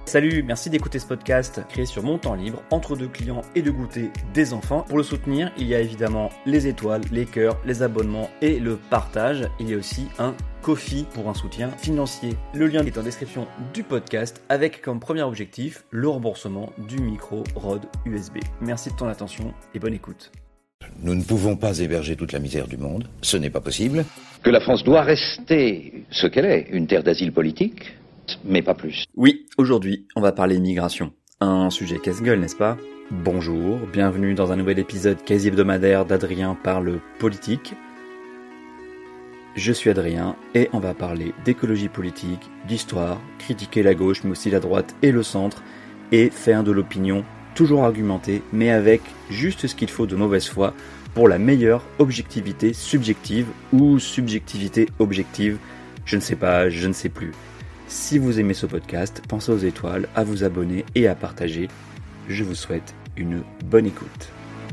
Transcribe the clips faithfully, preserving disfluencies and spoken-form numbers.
Salut, merci d'écouter ce podcast créé sur mon temps libre, entre deux clients et de goûter des enfants. Pour le soutenir, il y a évidemment les étoiles, les cœurs, les abonnements et le partage. Il y a aussi un Ko-fi pour un soutien financier. Le lien est en description du podcast avec comme premier objectif le remboursement du micro Rode U S B. Merci de ton attention et bonne écoute. Nous ne pouvons pas héberger toute la misère du monde, ce n'est pas possible. Que la France doit rester ce qu'elle est, une terre d'asile politique, mais pas plus. Oui, aujourd'hui, on va parler immigration. Un sujet casse-gueule, n'est-ce pas ? Bonjour, bienvenue dans un nouvel épisode quasi hebdomadaire d'Adrien parle politique. Je suis Adrien et on va parler d'écologie politique, d'histoire, critiquer la gauche mais aussi la droite et le centre et faire de l'opinion toujours argumentée mais avec juste ce qu'il faut de mauvaise foi pour la meilleure objectivité subjective ou subjectivité objective, je ne sais pas, je ne sais plus. Si vous aimez ce podcast, pensez aux étoiles, à vous abonner et à partager. Je vous souhaite une bonne écoute.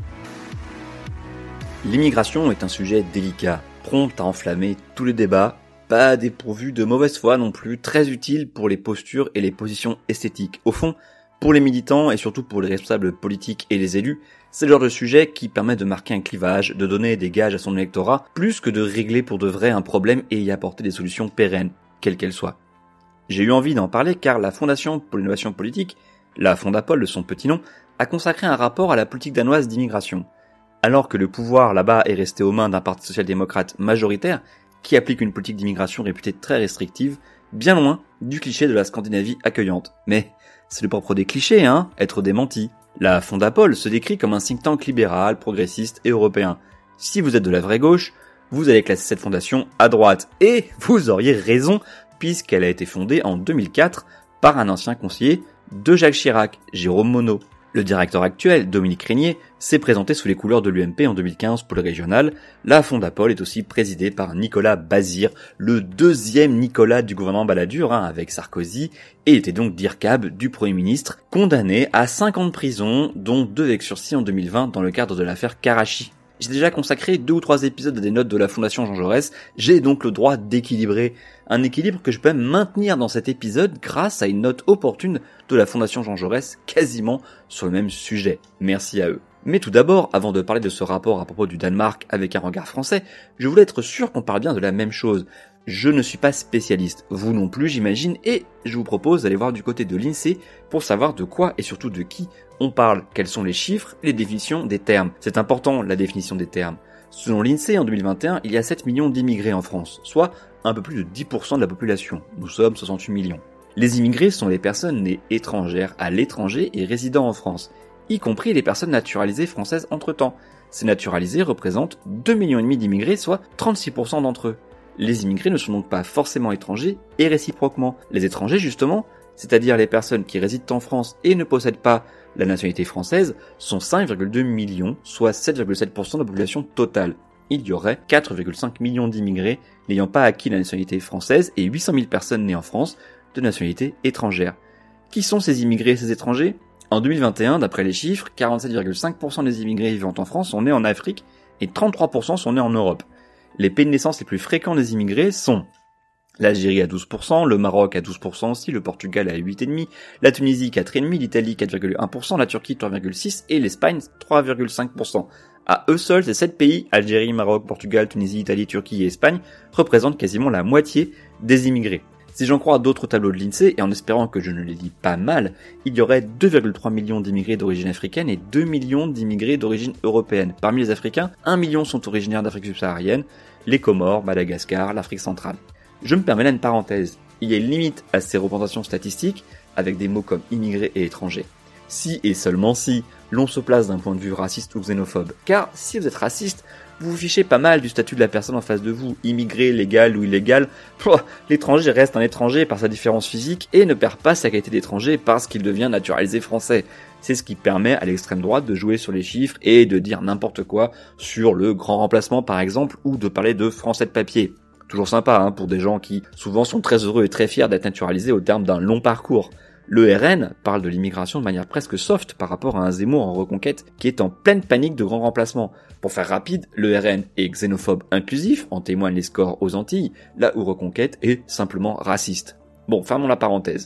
L'immigration est un sujet délicat, prompt à enflammer tous les débats, pas dépourvu de mauvaise foi non plus, très utile pour les postures et les positions esthétiques. Au fond, pour les militants et surtout pour les responsables politiques et les élus, c'est le genre de sujet qui permet de marquer un clivage, de donner des gages à son électorat, plus que de régler pour de vrai un problème et y apporter des solutions pérennes, quelles qu'elles soient. J'ai eu envie d'en parler car la Fondation pour l'innovation politique, la Fondapol de son petit nom, a consacré un rapport à la politique danoise d'immigration. Alors que le pouvoir là-bas est resté aux mains d'un parti social-démocrate majoritaire, qui applique une politique d'immigration réputée très restrictive, bien loin du cliché de la Scandinavie accueillante. Mais c'est le propre des clichés, hein, être démenti. La Fondapol se décrit comme un think tank libéral, progressiste et européen. Si vous êtes de la vraie gauche, vous allez classer cette fondation à droite. Et vous auriez raison, puisqu'elle a été fondée en deux mille quatre par un ancien conseiller de Jacques Chirac, Jérôme Monod. Le directeur actuel, Dominique Régnier, s'est présenté sous les couleurs de l'U M P en deux mille quinze pour le régional. La Fondapol est aussi présidée par Nicolas Bazire, le deuxième Nicolas du gouvernement Balladur, hein, avec Sarkozy, et était donc D I R C A B du Premier ministre, condamné à cinq ans de prison, dont deux avec sursis en deux mille vingt dans le cadre de l'affaire Karachi. J'ai déjà consacré deux ou trois épisodes à des notes de la Fondation Jean Jaurès, j'ai donc le droit d'équilibrer. Un équilibre que je peux maintenir dans cet épisode grâce à une note opportune de la Fondation Jean Jaurès, quasiment sur le même sujet. Merci à eux. Mais tout d'abord, avant de parler de ce rapport à propos du Danemark avec un regard français, je voulais être sûr qu'on parle bien de la même chose. Je ne suis pas spécialiste, vous non plus j'imagine, et je vous propose d'aller voir du côté de l'INSEE pour savoir de quoi et surtout de qui on parle, quels sont les chiffres et les définitions des termes. C'est important la définition des termes. Selon l'INSEE, en deux mille vingt et un, il y a sept millions d'immigrés en France, soit un peu plus de dix pour cent de la population. Nous sommes soixante-huit millions. Les immigrés sont les personnes nées étrangères à l'étranger et résidant en France, y compris les personnes naturalisées françaises entre-temps. Ces naturalisés représentent deux millions et demi d'immigrés, soit trente-six pour cent d'entre eux. Les immigrés ne sont donc pas forcément étrangers et réciproquement. Les étrangers, justement, c'est-à-dire les personnes qui résident en France et ne possèdent pas la nationalité française, sont cinq virgule deux millions, soit sept virgule sept pour cent de la population totale. Il y aurait quatre virgule cinq millions d'immigrés n'ayant pas acquis la nationalité française et huit cent mille personnes nées en France de nationalité étrangère. Qui sont ces immigrés et ces étrangers ? En deux mille vingt et un, d'après les chiffres, quarante-sept virgule cinq pour cent des immigrés vivant en France sont nés en Afrique et trente-trois pour cent sont nés en Europe. Les pays de naissance les plus fréquents des immigrés sont l'Algérie à douze pour cent, le Maroc à douze pour cent aussi, le Portugal à huit virgule cinq pour cent, la Tunisie quatre virgule cinq pour cent, l'Italie quatre virgule un pour cent, la Turquie trois virgule six pour cent et l'Espagne trois virgule cinq pour cent. À eux seuls, ces sept pays, Algérie, Maroc, Portugal, Tunisie, Italie, Turquie et Espagne, représentent quasiment la moitié des immigrés. Si j'en crois d'autres tableaux de l'INSEE, et en espérant que je ne les lis pas mal, il y aurait deux virgule trois millions d'immigrés d'origine africaine et deux millions d'immigrés d'origine européenne. Parmi les Africains, un million sont originaires d'Afrique subsaharienne, les Comores, Madagascar, l'Afrique centrale. Je me permets là une parenthèse. Il y a une limite à ces représentations statistiques avec des mots comme immigrés et étrangers. Si et seulement si l'on se place d'un point de vue raciste ou xénophobe. Car si vous êtes raciste, vous vous fichez pas mal du statut de la personne en face de vous, immigré, légal ou illégal. Pouah, l'étranger reste un étranger par sa différence physique et ne perd pas sa qualité d'étranger parce qu'il devient naturalisé français. C'est ce qui permet à l'extrême droite de jouer sur les chiffres et de dire n'importe quoi sur le grand remplacement par exemple ou de parler de français de papier. Toujours sympa hein, pour des gens qui souvent sont très heureux et très fiers d'être naturalisés au terme d'un long parcours. Le R N parle de l'immigration de manière presque soft par rapport à un Zemmour en reconquête qui est en pleine panique de grand remplacement. Pour faire rapide, le R N est xénophobe inclusif, en témoignent les scores aux Antilles, là où Reconquête est simplement raciste. Bon, fermons la parenthèse.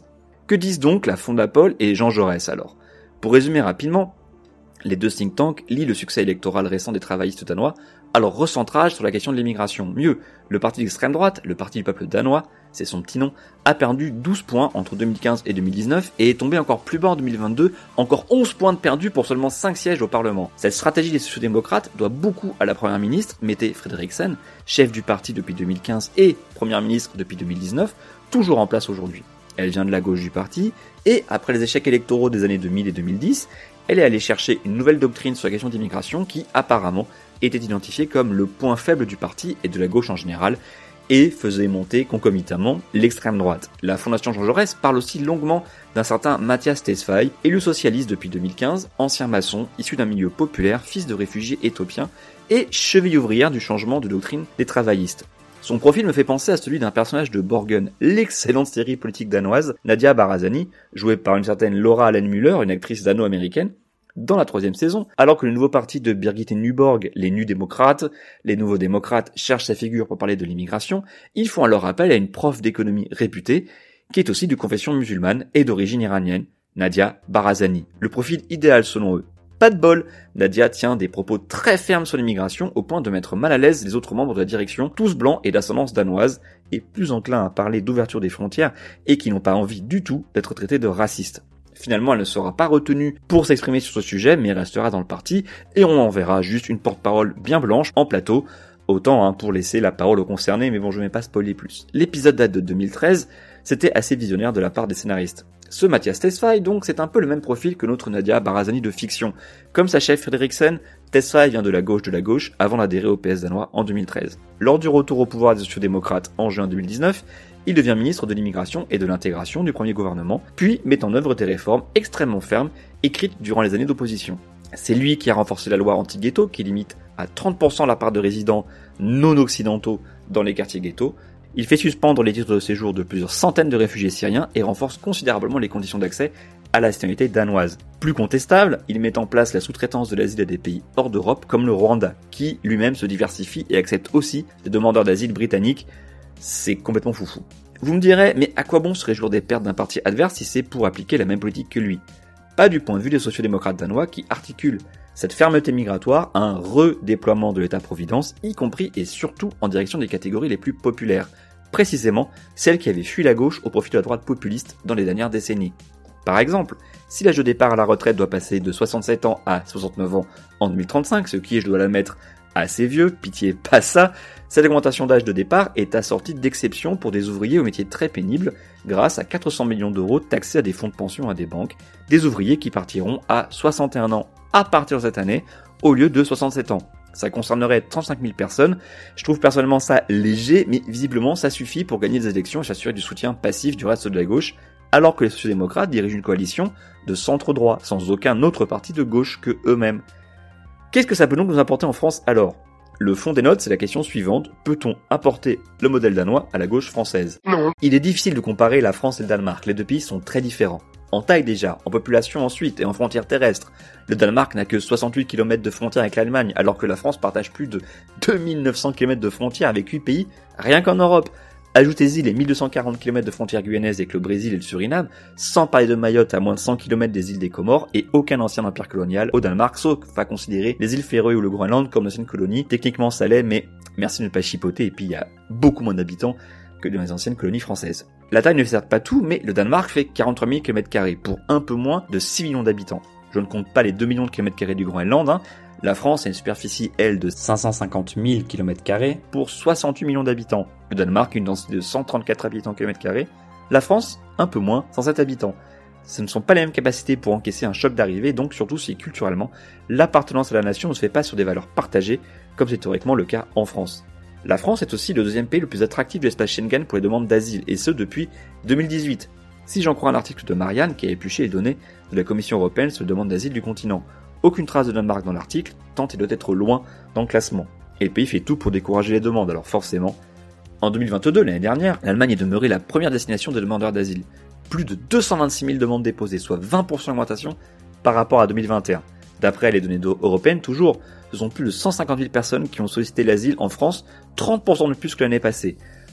Que disent donc la Fondapol et Jean Jaurès alors ? Pour résumer rapidement, les deux think tanks lient le succès électoral récent des travaillistes danois à leur recentrage sur la question de l'immigration. Mieux, le parti d'extrême droite, le parti du peuple danois, c'est son petit nom, a perdu douze points entre deux mille quinze et deux mille dix-neuf et est tombé encore plus bas en deux mille vingt-deux, encore onze points de perdus pour seulement cinq sièges au Parlement. Cette stratégie des sociodémocrates doit beaucoup à la première ministre, Mette Frederiksen, chef du parti depuis deux mille quinze et première ministre depuis deux mille dix-neuf, toujours en place aujourd'hui. Elle vient de la gauche du parti, et après les échecs électoraux des années deux mille et deux mille dix, elle est allée chercher une nouvelle doctrine sur la question d'immigration qui, apparemment, était identifiée comme le point faible du parti et de la gauche en général, et faisait monter concomitamment l'extrême droite. La Fondation Jean Jaurès parle aussi longuement d'un certain Mathias Tesfaye, élu socialiste depuis deux mille quinze, ancien maçon, issu d'un milieu populaire, fils de réfugiés éthiopiens, et cheville ouvrière du changement de doctrine des travaillistes. Son profil me fait penser à celui d'un personnage de Borgen, l'excellente série politique danoise, Nadia Barazani, jouée par une certaine Laura Allen Müller, une actrice dano-américaine, dans la troisième saison, alors que le nouveau parti de Birgit Nyborg, les Nus démocrates, les nouveaux démocrates cherchent sa figure pour parler de l'immigration, ils font alors appel à une prof d'économie réputée, qui est aussi de confession musulmane et d'origine iranienne, Nadia Barazani. Le profil idéal selon eux. Pas de bol, Nadia tient des propos très fermes sur l'immigration au point de mettre mal à l'aise les autres membres de la direction, tous blancs et d'ascendance danoise, et plus enclins à parler d'ouverture des frontières et qui n'ont pas envie du tout d'être traités de racistes. Finalement, elle ne sera pas retenue pour s'exprimer sur ce sujet, mais elle restera dans le parti, et on enverra juste une porte-parole bien blanche en plateau, autant hein, pour laisser la parole aux concernés, mais bon, je ne vais pas spoiler plus. L'épisode date de deux mille treize, c'était assez visionnaire de la part des scénaristes. Ce Mathias Tesfaye, donc, c'est un peu le même profil que notre Nadia Barazani de fiction. Comme sa chef Frederiksen, Tesfaye vient de la gauche de la gauche avant d'adhérer au P S danois en deux mille treize. Lors du retour au pouvoir des sociodémocrates en juin deux mille dix-neuf, il devient ministre de l'immigration et de l'intégration du premier gouvernement, puis met en œuvre des réformes extrêmement fermes, écrites durant les années d'opposition. C'est lui qui a renforcé la loi anti-ghetto, qui limite à trente pour cent la part de résidents non occidentaux dans les quartiers ghettos. Il fait suspendre les titres de séjour de plusieurs centaines de réfugiés syriens et renforce considérablement les conditions d'accès à la citoyenneté danoise. Plus contestable, il met en place la sous-traitance de l'asile à des pays hors d'Europe comme le Rwanda, qui lui-même se diversifie et accepte aussi des demandeurs d'asile britanniques. C'est complètement foufou. Vous me direz, mais à quoi bon se réjouir des pertes d'un parti adverse si c'est pour appliquer la même politique que lui ? Pas du point de vue des sociodémocrates danois qui articulent cette fermeté migratoire à un redéploiement de l'État-providence, y compris et surtout en direction des catégories les plus populaires, précisément celles qui avaient fui la gauche au profit de la droite populiste dans les dernières décennies. Par exemple, si l'âge de départ à la retraite doit passer de soixante-sept ans à soixante-neuf ans en deux mille trente-cinq, ce qui est, je dois l'admettre, assez vieux, pitié pas ça, cette augmentation d'âge de départ est assortie d'exceptions pour des ouvriers aux métiers très pénibles grâce à quatre cents millions d'euros taxés à des fonds de pension à des banques, des ouvriers qui partiront à soixante et un ans à partir de cette année au lieu de soixante-sept ans. Ça concernerait trente-cinq mille personnes. Je trouve personnellement ça léger, mais visiblement ça suffit pour gagner des élections et s'assurer du soutien passif du reste de la gauche, alors que les sociodémocrates dirigent une coalition de centre-droit, sans aucun autre parti de gauche que eux-mêmes. Qu'est-ce que ça peut donc nous apporter en France alors ? Le fond des notes, c'est la question suivante. Peut-on apporter le modèle danois à la gauche française ? Non. Il est difficile de comparer la France et le Danemark. Les deux pays sont très différents. En taille déjà, en population ensuite et en frontières terrestres. Le Danemark n'a que soixante-huit kilomètres de frontières avec l'Allemagne, alors que la France partage plus de deux mille neuf cents kilomètres de frontières avec huit pays, rien qu'en Europe. Ajoutez-y les mille deux cent quarante kilomètres de frontières guyanaises avec le Brésil et le Suriname, sans parler de Mayotte à moins de cent kilomètres des îles des Comores et aucun ancien empire colonial au Danemark, sauf à considérer les îles Féroé ou le Groenland comme d'anciennes colonies. Techniquement ça l'est, mais merci de ne pas chipoter, et puis il y a beaucoup moins d'habitants que dans les anciennes colonies françaises. La taille ne fait certes pas tout, mais le Danemark fait quarante-trois mille kilomètres carrés pour un peu moins de six millions d'habitants. Je ne compte pas les deux millions de kilomètres carrés du Groenland, hein. La France a une superficie, elle, de cinq cent cinquante mille kilomètres carrés pour soixante-huit millions d'habitants. Le Danemark a une densité de cent trente-quatre habitants kilomètres carrés. La France, un peu moins, cent sept habitants. Ce ne sont pas les mêmes capacités pour encaisser un choc d'arrivée, donc surtout si culturellement, l'appartenance à la nation ne se fait pas sur des valeurs partagées, comme c'est théoriquement le cas en France. La France est aussi le deuxième pays le plus attractif de l'espace Schengen pour les demandes d'asile, et ce depuis deux mille dix-huit. Si j'en crois un article de Marianne qui a épluché les données de la Commission européenne sur les demandes d'asile du continent. Aucune trace de Danemark dans l'article, tant il doit être loin dans le classement. Et le pays fait tout pour décourager les demandes, alors forcément. En deux mille vingt-deux, l'année dernière, l'Allemagne est demeurée la première destination des demandeurs d'asile. Plus de deux cent vingt-six mille demandes déposées, soit vingt pour cent d'augmentation par rapport à deux mille vingt et un. D'après les données européennes, toujours, ce sont plus de cent cinquante mille personnes qui ont sollicité l'asile en France, trente pour cent de plus que l'année passée.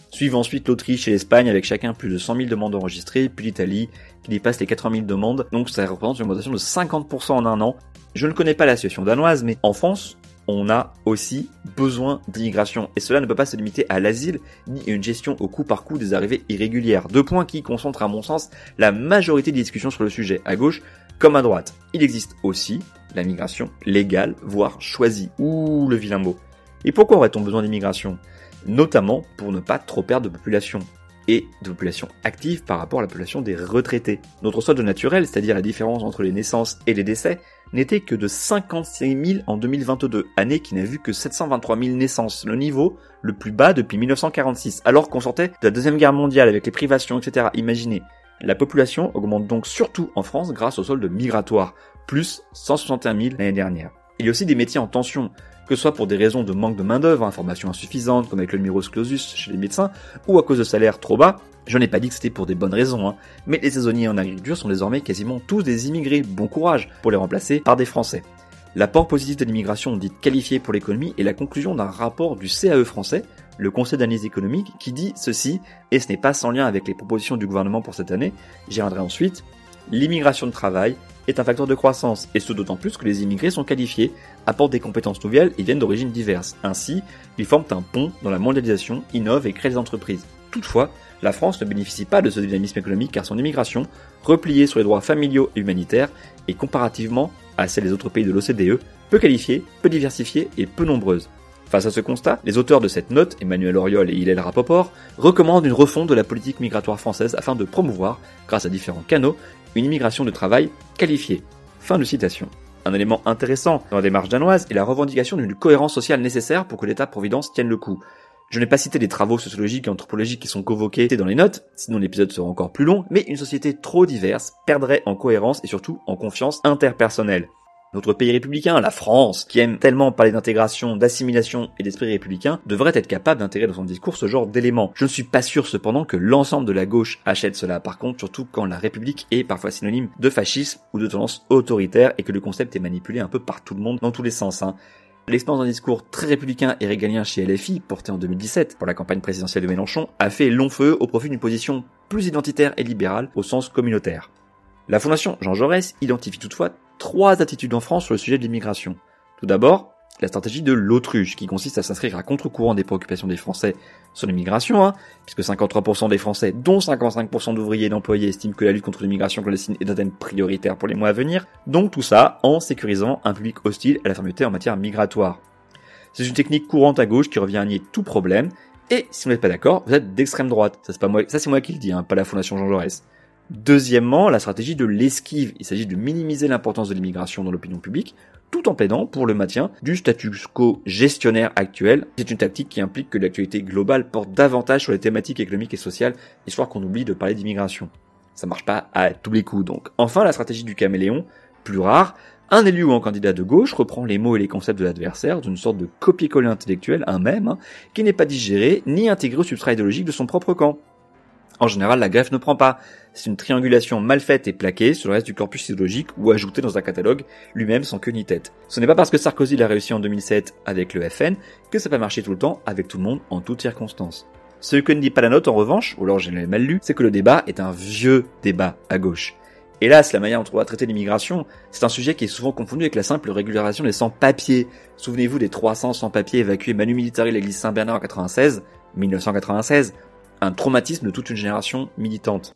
Suivent ensuite l'Autriche et l'Espagne avec chacun plus de cent mille demandes enregistrées, puis l'Italie qui dépasse les quatre-vingt mille demandes, donc ça représente une augmentation de cinquante pour cent en un an. Je ne connais pas la situation danoise, mais en France, on a aussi besoin d'immigration. Et cela ne peut pas se limiter à l'asile, ni à une gestion au coup par coup des arrivées irrégulières. Deux points qui concentrent à mon sens la majorité des discussions sur le sujet, à gauche comme à droite. Il existe aussi la migration légale, voire choisie. Ouh, le vilain mot. Et pourquoi aurait-on besoin d'immigration ? Notamment pour ne pas trop perdre de population, et de population active par rapport à la population des retraités. Notre solde naturel, c'est-à-dire la différence entre les naissances et les décès, n'était que de cinquante-six mille en deux mille vingt-deux, année qui n'a vu que sept cent vingt-trois mille naissances, le niveau le plus bas depuis mille neuf cent quarante-six, alors qu'on sortait de la Deuxième Guerre mondiale avec les privations, et cetera. Imaginez. La population augmente donc surtout en France grâce au solde migratoire, plus cent soixante et un mille l'année dernière. Il y a aussi des métiers en tension, que ce soit pour des raisons de manque de main-d'œuvre, information insuffisante, comme avec le numerus clausus chez les médecins, ou à cause de salaires trop bas. Je n'ai pas dit que c'était pour des bonnes raisons, hein, mais les saisonniers en agriculture sont désormais quasiment tous des immigrés, bon courage, pour les remplacer par des Français. L'apport positif de l'immigration dite qualifiée pour l'économie est la conclusion d'un rapport du C A E français, le Conseil d'analyse économique, qui dit ceci, et ce n'est pas sans lien avec les propositions du gouvernement pour cette année, j'y reviendrai ensuite, l'immigration de travail est un facteur de croissance, et ce d'autant plus que les immigrés sont qualifiés, apportent des compétences nouvelles et viennent d'origines diverses. Ainsi, ils forment un pont dans la mondialisation, innovent et créent des entreprises. Toutefois, la France ne bénéficie pas de ce dynamisme économique car son immigration, repliée sur les droits familiaux et humanitaires, est comparativement à celle des autres pays de l'O C D E, peu qualifiée, peu diversifiée et peu nombreuse. Face à ce constat, les auteurs de cette note, Emmanuel Auriol et Hillel Rapoport, recommandent une refonte de la politique migratoire française afin de promouvoir, grâce à différents canaux, une immigration de travail qualifiée. Fin de citation. Un élément intéressant dans la démarche danoise est la revendication d'une cohérence sociale nécessaire pour que l'État-providence tienne le coup. Je n'ai pas cité les travaux sociologiques et anthropologiques qui sont convoqués dans les notes, sinon l'épisode sera encore plus long, mais une société trop diverse perdrait en cohérence et surtout en confiance interpersonnelle. Notre pays républicain, la France, qui aime tellement parler d'intégration, d'assimilation et d'esprit républicain, devrait être capable d'intégrer dans son discours ce genre d'éléments. Je ne suis pas sûr cependant que l'ensemble de la gauche achète cela, par contre, surtout quand la République est parfois synonyme de fascisme ou de tendance autoritaire et que le concept est manipulé un peu par tout le monde dans tous les sens, hein. L'expérience d'un discours très républicain et régalien chez L F I, porté en deux mille dix-sept pour la campagne présidentielle de Mélenchon, a fait long feu au profit d'une position plus identitaire et libérale au sens communautaire. La Fondation Jean Jaurès identifie toutefois trois attitudes en France sur le sujet de l'immigration. Tout d'abord, la stratégie de l'autruche, qui consiste à s'inscrire à contre-courant des préoccupations des Français sur l'immigration, hein, puisque cinquante-trois pour cent des Français, dont cinquante-cinq pour cent d'ouvriers et d'employés, estiment que la lutte contre l'immigration clandestine est un thème prioritaire pour les mois à venir, donc tout ça en sécurisant un public hostile à la fermeté en matière migratoire. C'est une technique courante à gauche qui revient à nier tout problème, et si vous n'êtes pas d'accord, vous êtes d'extrême droite. Ça c'est pas moi, ça c'est moi qui le dis, hein, pas la Fondation Jean Jaurès. Deuxièmement, la stratégie de l'esquive. Il s'agit de minimiser l'importance de l'immigration dans l'opinion publique, tout en plaidant pour le maintien du statu quo gestionnaire actuel. C'est une tactique qui implique que l'actualité globale porte davantage sur les thématiques économiques et sociales, histoire qu'on oublie de parler d'immigration. Ça marche pas à tous les coups, donc. Enfin, la stratégie du caméléon, plus rare, un élu ou un candidat de gauche reprend les mots et les concepts de l'adversaire d'une sorte de copier-coller intellectuel, un mème, hein, qui n'est pas digéré ni intégré au substrat idéologique de son propre camp. En général, la greffe ne prend pas. C'est une triangulation mal faite et plaquée sur le reste du corpus idéologique ou ajoutée dans un catalogue lui-même sans queue ni tête. Ce n'est pas parce que Sarkozy l'a réussi en deux mille sept avec le F N que ça peut marcher tout le temps avec tout le monde en toutes circonstances. Ce que ne dit pas la note en revanche, ou alors je l'ai mal lu, c'est que le débat est un vieux débat à gauche. Hélas, la manière dont on va traiter l'immigration, c'est un sujet qui est souvent confondu avec la simple régularisation des sans-papiers. Souvenez-vous des trois cents sans-papiers évacués Manu Militari l'église Saint-Bernard en quatre-vingt-seize, mille neuf cent quatre-vingt-seize. Un traumatisme de toute une génération militante.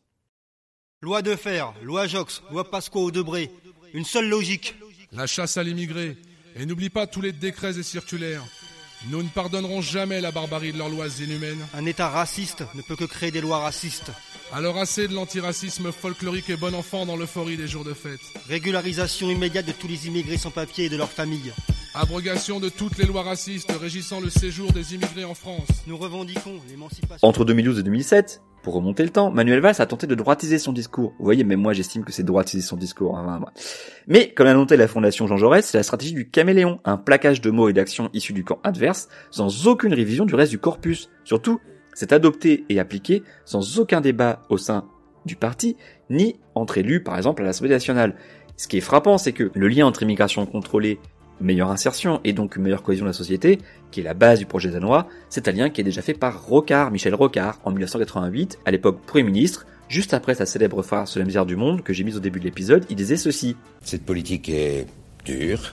Loi de fer, loi Jox, loi Pasqua-Debré, une seule logique. La chasse à l'immigré. Et n'oublie pas tous les décrets et circulaires. Nous ne pardonnerons jamais la barbarie de leurs lois inhumaines. Un État raciste ne peut que créer des lois racistes. Alors assez de l'antiracisme folklorique et bon enfant dans l'euphorie des jours de fête. Régularisation immédiate de tous les immigrés sans papier et de leurs familles. Abrogation de toutes les lois racistes régissant le séjour des immigrés en France. Nous revendiquons l'émancipation. Entre deux mille douze et deux mille sept, pour remonter le temps, Manuel Valls a tenté de droitiser son discours. Vous voyez, même moi j'estime que c'est droitiser son discours. Hein, mais, comme l'a noté la Fondation Jean Jaurès, c'est la stratégie du caméléon, un plaquage de mots et d'actions issus du camp adverse, sans aucune révision du reste du corpus. Surtout, c'est adopté et appliqué sans aucun débat au sein du parti, ni entre élus, par exemple, à l'Assemblée nationale. Ce qui est frappant, c'est que le lien entre immigration contrôlée meilleure insertion et donc une meilleure cohésion de la société, qui est la base du projet danois, c'est un lien qui est déjà fait par Rocard, Michel Rocard, en mille neuf cent quatre-vingt-huit, à l'époque Premier ministre, juste après sa célèbre phrase sur la misère du monde que j'ai mise au début de l'épisode, il disait ceci. Cette politique est dure.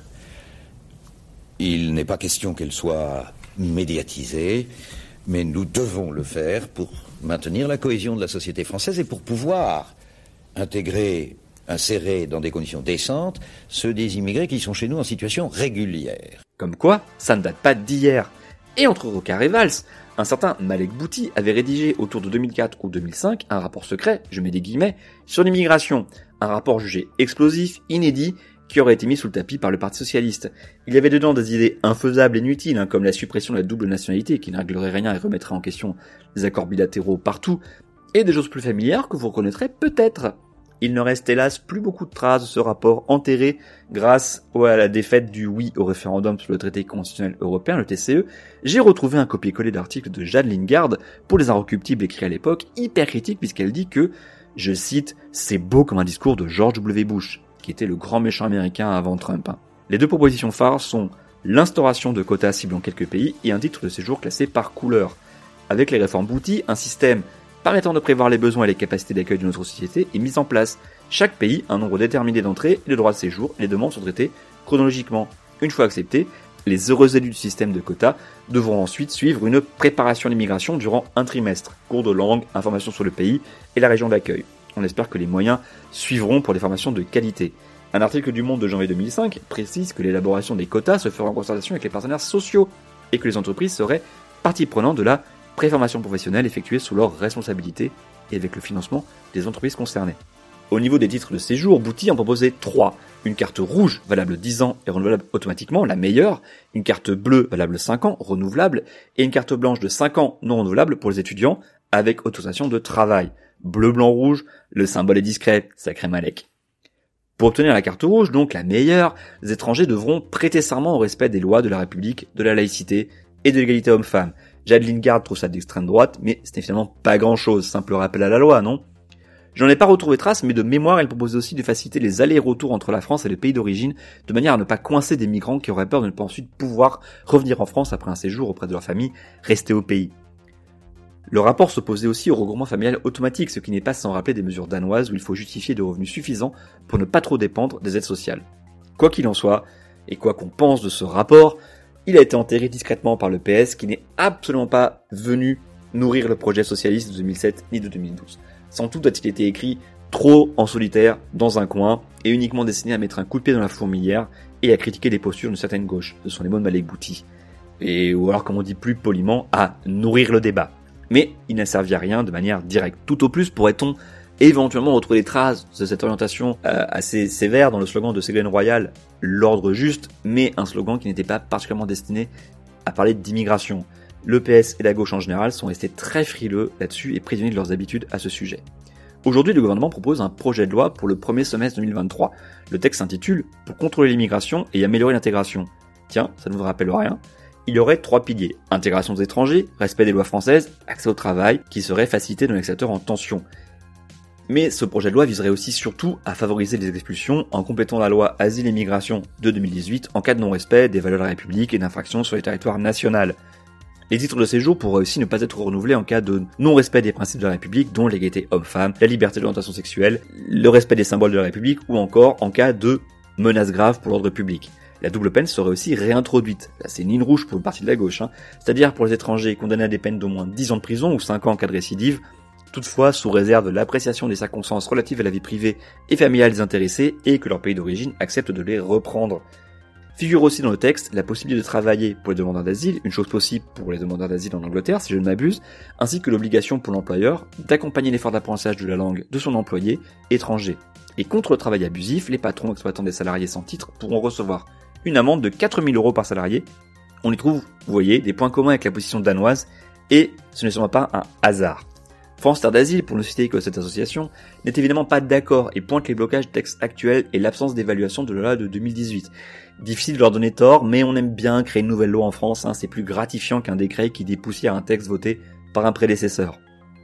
Il n'est pas question qu'elle soit médiatisée, mais nous devons le faire pour maintenir la cohésion de la société française et pour pouvoir intégrer, insérer dans des conditions décentes ceux des immigrés qui sont chez nous en situation régulière. Comme quoi, ça ne date pas d'hier. Et entre Rocard et Valls, un certain Malek Bouti avait rédigé autour de deux mille quatre ou deux mille cinq un rapport secret, je mets des guillemets, sur l'immigration. Un rapport jugé explosif, inédit, qui aurait été mis sous le tapis par le Parti Socialiste. Il y avait dedans des idées infaisables et inutiles, hein, comme la suppression de la double nationalité, qui ne réglerait rien et remettrait en question les accords bilatéraux partout, et des choses plus familières que vous reconnaîtrez peut-être. Il ne reste hélas plus beaucoup de traces de ce rapport enterré grâce à la défaite du oui au référendum sur le traité constitutionnel européen, le T C E. J'ai retrouvé un copier-coller d'article de Jade Lingard pour les Inrecuptibles écrit à l'époque, hyper critique puisqu'elle dit que, je cite, c'est beau comme un discours de George W. Bush, qui était le grand méchant américain avant Trump. Les deux propositions phares sont l'instauration de quotas ciblant quelques pays et un titre de séjour classé par couleur. Avec les réformes Bouti, un système permettant de prévoir les besoins et les capacités d'accueil de notre société est mis en place. Chaque pays a un nombre déterminé d'entrées et de droits de séjour et les demandes sont traitées chronologiquement. Une fois acceptées, les heureux élus du système de quotas devront ensuite suivre une préparation à l'immigration durant un trimestre, cours de langue, informations sur le pays et la région d'accueil. On espère que les moyens suivront pour des formations de qualité. Un article du Monde de janvier deux mille cinq précise que l'élaboration des quotas se fera en concertation avec les partenaires sociaux et que les entreprises seraient partie prenante de la préformation professionnelle effectuée sous leur responsabilité et avec le financement des entreprises concernées. Au niveau des titres de séjour, Bouti en proposait trois. Une carte rouge, valable dix ans et renouvelable automatiquement, la meilleure, une carte bleue, valable cinq ans, renouvelable, et une carte blanche de cinq ans, non renouvelable pour les étudiants, avec autorisation de travail. Bleu, blanc, rouge, le symbole est discret, sacré Malek. Pour obtenir la carte rouge, donc la meilleure, les étrangers devront prêter serment au respect des lois de la République, de la laïcité et de l'égalité homme-femme. Jade Lingard trouve ça d'extrême droite, mais c'était finalement pas grand-chose, simple rappel à la loi, non ? J'en ai pas retrouvé trace, mais de mémoire, elle proposait aussi de faciliter les allers-retours entre la France et le pays d'origine, de manière à ne pas coincer des migrants qui auraient peur de ne pas ensuite pouvoir revenir en France après un séjour auprès de leur famille, restée au pays. Le rapport s'opposait aussi au regroupement familial automatique, ce qui n'est pas sans rappeler des mesures danoises où il faut justifier de revenus suffisants pour ne pas trop dépendre des aides sociales. Quoi qu'il en soit, et quoi qu'on pense de ce rapport, il a été enterré discrètement par le P S qui n'est absolument pas venu nourrir le projet socialiste de deux mille sept ni de deux mille douze. Sans doute a-t-il été écrit trop en solitaire, dans un coin, et uniquement destiné à mettre un coup de pied dans la fourmilière et à critiquer les postures d'une certaine gauche. Ce sont les mots de Malek Bouti. Et, ou alors, comme on dit plus poliment, à nourrir le débat. Mais il n'a servi à rien de manière directe. Tout au plus pourrait-on éventuellement retrouver des traces de cette orientation euh, assez sévère dans le slogan de Ségolène Royal, l'ordre juste, mais un slogan qui n'était pas particulièrement destiné à parler d'immigration. Le P S et la gauche en général sont restés très frileux là-dessus et prisonniers de leurs habitudes à ce sujet. Aujourd'hui, le gouvernement propose un projet de loi pour le premier semestre deux mille vingt-trois. Le texte s'intitule « Pour contrôler l'immigration et améliorer l'intégration ». Tiens, ça ne vous rappelle rien ? Il y aurait trois piliers. Intégration des étrangers, respect des lois françaises, accès au travail, qui serait facilité dans les secteurs en tension. Mais ce projet de loi viserait aussi surtout à favoriser les expulsions en complétant la loi Asile et Migration de deux mille dix-huit en cas de non-respect des valeurs de la République et d'infractions sur les territoires nationaux. Les titres de séjour pourraient aussi ne pas être renouvelés en cas de non-respect des principes de la République, dont l'égalité homme-femme, la liberté de l'orientation sexuelle, le respect des symboles de la République, ou encore en cas de menaces graves pour l'ordre public. La double peine serait aussi réintroduite. Là, c'est une ligne rouge pour une partie de la gauche, hein. C'est-à-dire pour les étrangers condamnés à des peines d'au moins dix ans de prison ou cinq ans en cas de récidive, toutefois sous réserve de l'appréciation des circonstances relatives à la vie privée et familiale des intéressés et que leur pays d'origine accepte de les reprendre. Figure aussi dans le texte la possibilité de travailler pour les demandeurs d'asile, une chose possible pour les demandeurs d'asile en Angleterre si je ne m'abuse, ainsi que l'obligation pour l'employeur d'accompagner l'effort d'apprentissage de la langue de son employé étranger. Et contre le travail abusif, les patrons exploitant des salariés sans titre pourront recevoir une amende de quatre mille euros par salarié. On y trouve, vous voyez, des points communs avec la position danoise, et ce n'est sûrement pas un hasard. France Terre d'Asile, pour ne citer que cette association, n'est évidemment pas d'accord et pointe les blocages du texte actuel et l'absence d'évaluation de la loi de deux mille dix-huit. Difficile de leur donner tort, mais on aime bien créer une nouvelle loi en France, hein, c'est plus gratifiant qu'un décret qui dépoussière un texte voté par un prédécesseur.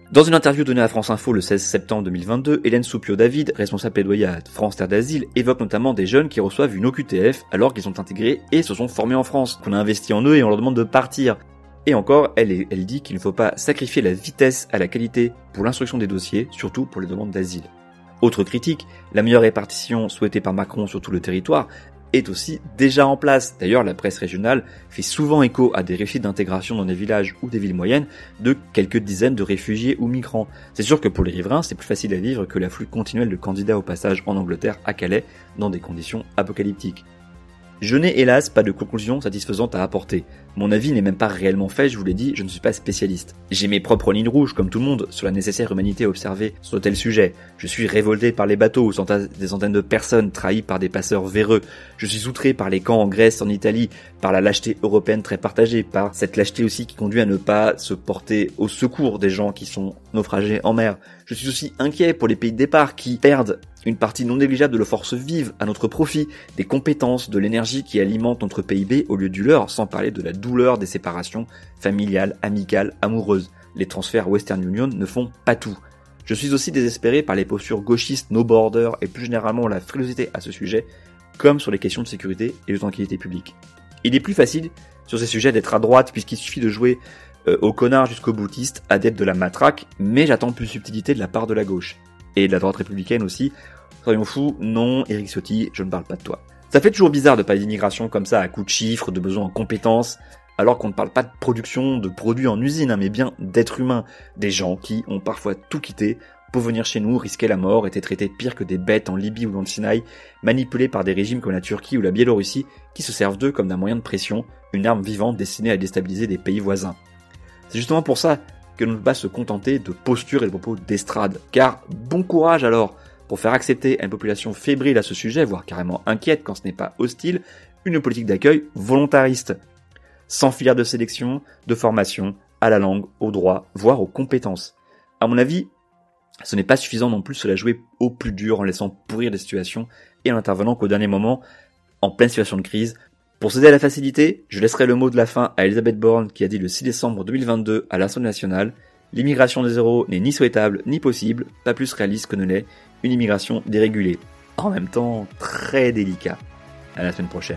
Dans une interview donnée à France Info le seize septembre deux mille vingt-deux, Hélène Soupio-David, responsable plaidoyer à France Terre d'Asile, évoque notamment des jeunes qui reçoivent une O Q T F alors qu'ils sont intégrés et se sont formés en France, qu'on a investi en eux et on leur demande de partir. Et encore, elle, elle dit qu'il ne faut pas sacrifier la vitesse à la qualité pour l'instruction des dossiers, surtout pour les demandes d'asile. Autre critique, la meilleure répartition souhaitée par Macron sur tout le territoire est aussi déjà en place. D'ailleurs, la presse régionale fait souvent écho à des récits d'intégration dans des villages ou des villes moyennes de quelques dizaines de réfugiés ou migrants. C'est sûr que pour les riverains, c'est plus facile à vivre que l'afflux continuel de candidats au passage en Angleterre à Calais dans des conditions apocalyptiques. Je n'ai hélas pas de conclusion satisfaisante à apporter. Mon avis n'est même pas réellement fait, je vous l'ai dit, je ne suis pas spécialiste. J'ai mes propres lignes rouges, comme tout le monde, sur la nécessaire humanité observée sur tel sujet. Je suis révolté par les bateaux où s'entassent des centaines de personnes trahies par des passeurs véreux. Je suis outré par les camps en Grèce, en Italie, par la lâcheté européenne très partagée, par cette lâcheté aussi qui conduit à ne pas se porter au secours des gens qui sont naufragés en mer. Je suis aussi inquiet pour les pays de départ qui perdent une partie non négligeable de leurs forces vives à notre profit, des compétences, de l'énergie qui alimente notre P I B au lieu du leur, sans parler de la douleur des séparations familiales, amicales, amoureuses. Les transferts Western Union ne font pas tout. Je suis aussi désespéré par les postures gauchistes, no border et plus généralement la frilosité à ce sujet, comme sur les questions de sécurité et de tranquillité publique. Il est plus facile sur ces sujets d'être à droite puisqu'il suffit de jouer euh, au connard jusqu'au boutiste, adepte de la matraque, mais j'attends plus de subtilité de la part de la gauche. Et de la droite républicaine aussi. Soyons fous, non, Éric Ciotti, je ne parle pas de toi. Ça fait toujours bizarre de parler d'immigration comme ça à coups de chiffres, de besoins en compétences, alors qu'on ne parle pas de production, de produits en usine, hein, mais bien d'êtres humains, des gens qui ont parfois tout quitté pour venir chez nous, risquer la mort, étaient traités pire que des bêtes en Libye ou dans le Sinaï, manipulés par des régimes comme la Turquie ou la Biélorussie, qui se servent d'eux comme d'un moyen de pression, une arme vivante destinée à déstabiliser des pays voisins. C'est justement pour ça que l'on ne peut pas se contenter de postures et de propos d'estrade, car bon courage alors pour faire accepter à une population fébrile à ce sujet, voire carrément inquiète quand ce n'est pas hostile, une politique d'accueil volontariste, sans filière de sélection, de formation, à la langue, au droit, voire aux compétences. À mon avis, ce n'est pas suffisant non plus de se la jouer au plus dur en laissant pourrir des situations et en intervenant qu'au dernier moment, en pleine situation de crise. Pour céder à la facilité, je laisserai le mot de la fin à Elisabeth Borne qui a dit le six décembre deux mille vingt-deux à l'Assemblée nationale « L'immigration des zéros n'est ni souhaitable ni possible, pas plus réaliste que ne l'est une immigration dérégulée. » En même temps, très délicat. À la semaine prochaine.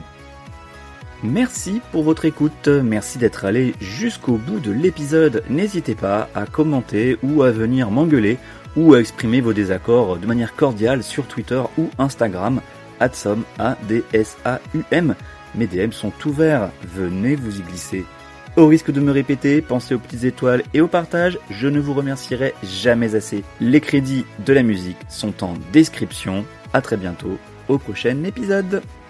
Merci pour votre écoute, merci d'être allé jusqu'au bout de l'épisode. N'hésitez pas à commenter ou à venir m'engueuler ou à exprimer vos désaccords de manière cordiale sur Twitter ou Instagram, adsom, A D S A U M. Mes D M sont ouverts, venez vous y glisser. Au risque de me répéter, pensez aux petites étoiles et au partage, je ne vous remercierai jamais assez. Les crédits de la musique sont en description. À très bientôt au prochain épisode.